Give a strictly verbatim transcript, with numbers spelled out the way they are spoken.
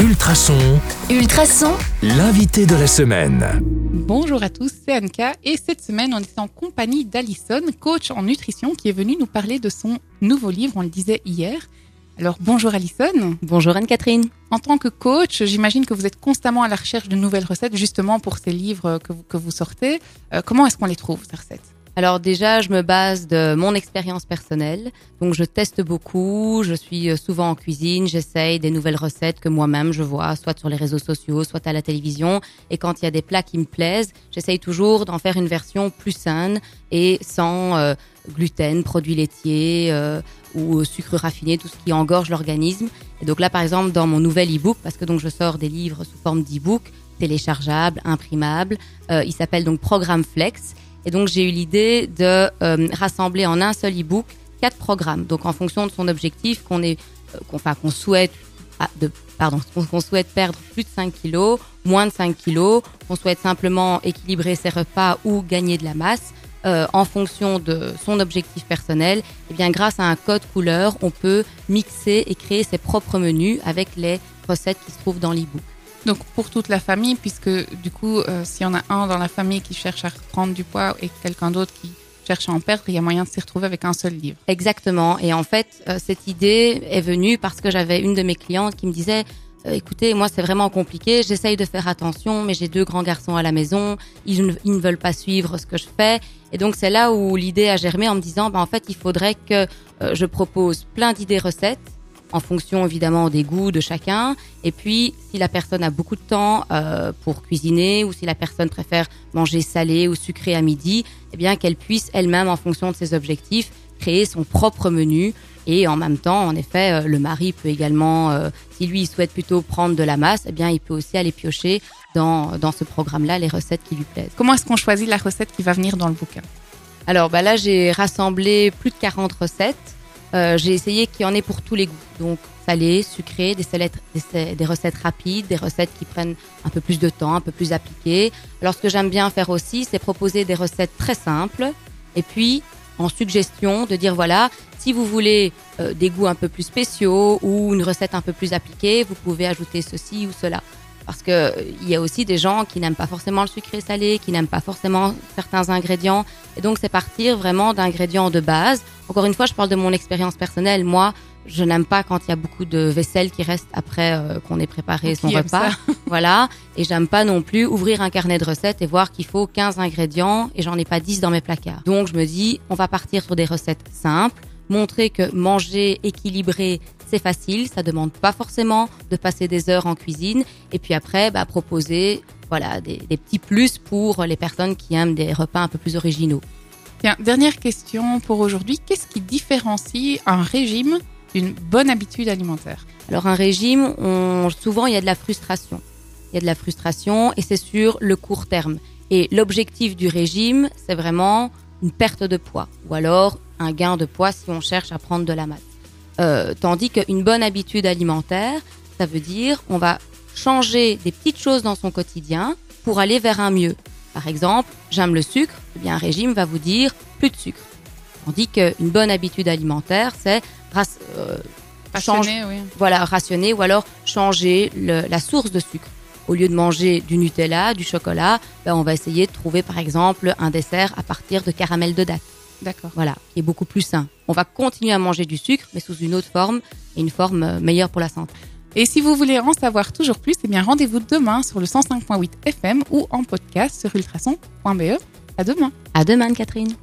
Ultrason, Ultrason, l'invité de la semaine. Bonjour à tous, c'est Anka et cette semaine on est en compagnie d'Alison, coach en nutrition qui est venue nous parler de son nouveau livre, on le disait hier. Alors bonjour Alison. bonjour Anne-Catherine. En tant que coach, j'imagine que vous êtes constamment à la recherche de nouvelles recettes justement pour ces livres que vous, que vous sortez. Euh, comment est-ce qu'on les trouve ces recettes ? Alors déjà, je me base de mon expérience personnelle. Donc je teste beaucoup, je suis souvent en cuisine, j'essaye des nouvelles recettes que moi-même je vois, soit sur les réseaux sociaux, soit à la télévision. Et quand il y a des plats qui me plaisent, j'essaye toujours d'en faire une version plus saine et sans euh, gluten, produits laitiers euh, ou sucre raffiné, tout ce qui engorge l'organisme. Et donc là, par exemple, dans mon nouvel e-book, parce que donc je sors des livres sous forme d'e-book, téléchargeables, imprimables, euh, il s'appelle donc Programme Flex. Et donc, j'ai eu l'idée de euh, rassembler en un seul e-book quatre programmes. Donc, en fonction de son objectif, qu'on est, euh, qu'on, enfin, qu'on souhaite, ah, de, pardon, qu'on souhaite perdre plus de cinq kilos, moins de cinq kilos, qu'on souhaite simplement équilibrer ses repas ou gagner de la masse, euh, en fonction de son objectif personnel, eh bien, grâce à un code couleur, on peut mixer et créer ses propres menus avec les recettes qui se trouvent dans l'e-book. Donc pour toute la famille, puisque du coup, euh, s'il y en a un dans la famille qui cherche à reprendre du poids et quelqu'un d'autre qui cherche à en perdre, il y a moyen de s'y retrouver avec un seul livre. Exactement. Et en fait, euh, cette idée est venue parce que j'avais une de mes clientes qui me disait euh, « Écoutez, moi c'est vraiment compliqué, j'essaye de faire attention, mais j'ai deux grands garçons à la maison, ils ne, ils ne veulent pas suivre ce que je fais. » Et donc c'est là où l'idée a germé en me disant bah, « En fait, il faudrait que euh, je propose plein d'idées recettes, en fonction évidemment des goûts de chacun. Et puis, si la personne a beaucoup de temps euh, pour cuisiner ou si la personne préfère manger salé ou sucré à midi, eh bien qu'elle puisse elle-même, en fonction de ses objectifs, créer son propre menu. Et en même temps, en effet, euh, le mari peut également, euh, si lui il souhaite plutôt prendre de la masse, eh bien il peut aussi aller piocher dans dans ce programme-là les recettes qui lui plaisent. Comment est-ce qu'on choisit la recette qui va venir dans le bouquin ? Alors bah là, j'ai rassemblé plus de quarante recettes. Euh, j'ai essayé qu'il y en ait pour tous les goûts. Donc, salé, sucré, des, salettes, des, des recettes rapides, des recettes qui prennent un peu plus de temps, un peu plus appliquées. Alors, ce que j'aime bien faire aussi, c'est proposer des recettes très simples. Et puis, en suggestion, de dire, voilà, si vous voulez euh, des goûts un peu plus spéciaux ou une recette un peu plus appliquée, vous pouvez ajouter ceci ou cela. Parce que euh, il y a aussi des gens qui n'aiment pas forcément le sucré salé, qui n'aiment pas forcément certains ingrédients. Et donc, c'est partir vraiment d'ingrédients de base. Encore une fois, je parle de mon expérience personnelle. Moi, je n'aime pas quand il y a beaucoup de vaisselle qui reste après euh, qu'on ait préparé son repas. Voilà. Et j'aime pas non plus ouvrir un carnet de recettes et voir qu'il faut quinze ingrédients et j'en ai pas dix dans mes placards. Donc, je me dis, on va partir sur des recettes simples, montrer que manger équilibré, c'est facile, ça demande pas forcément de passer des heures en cuisine. Et puis après, bah, proposer voilà, des, des petits plus pour les personnes qui aiment des repas un peu plus originaux. Tiens, dernière question pour aujourd'hui. Qu'est-ce qui différencie un régime d'une bonne habitude alimentaire ? Alors un régime, on, souvent il y a de la frustration. Il y a de la frustration et c'est sur le court terme. Et l'objectif du régime, c'est vraiment une perte de poids ou alors un gain de poids si on cherche à prendre de la masse. Euh, tandis qu'une bonne habitude alimentaire, ça veut dire on va changer des petites choses dans son quotidien pour aller vers un mieux. Par exemple, j'aime le sucre, eh bien un régime va vous dire plus de sucre. Tandis qu'une bonne habitude alimentaire, c'est ras, euh, rationner, change, oui. Voilà, rationner ou alors changer le, la source de sucre. Au lieu de manger du Nutella, du chocolat, ben on va essayer de trouver par exemple un dessert à partir de caramel de date. D'accord. Voilà, qui est beaucoup plus sain. On va continuer à manger du sucre, mais sous une autre forme et une forme meilleure pour la santé. Et si vous voulez en savoir toujours plus, eh bien rendez-vous demain sur le cent cinq point huit F M ou en podcast sur ultrason point b e. À demain. À demain, Catherine.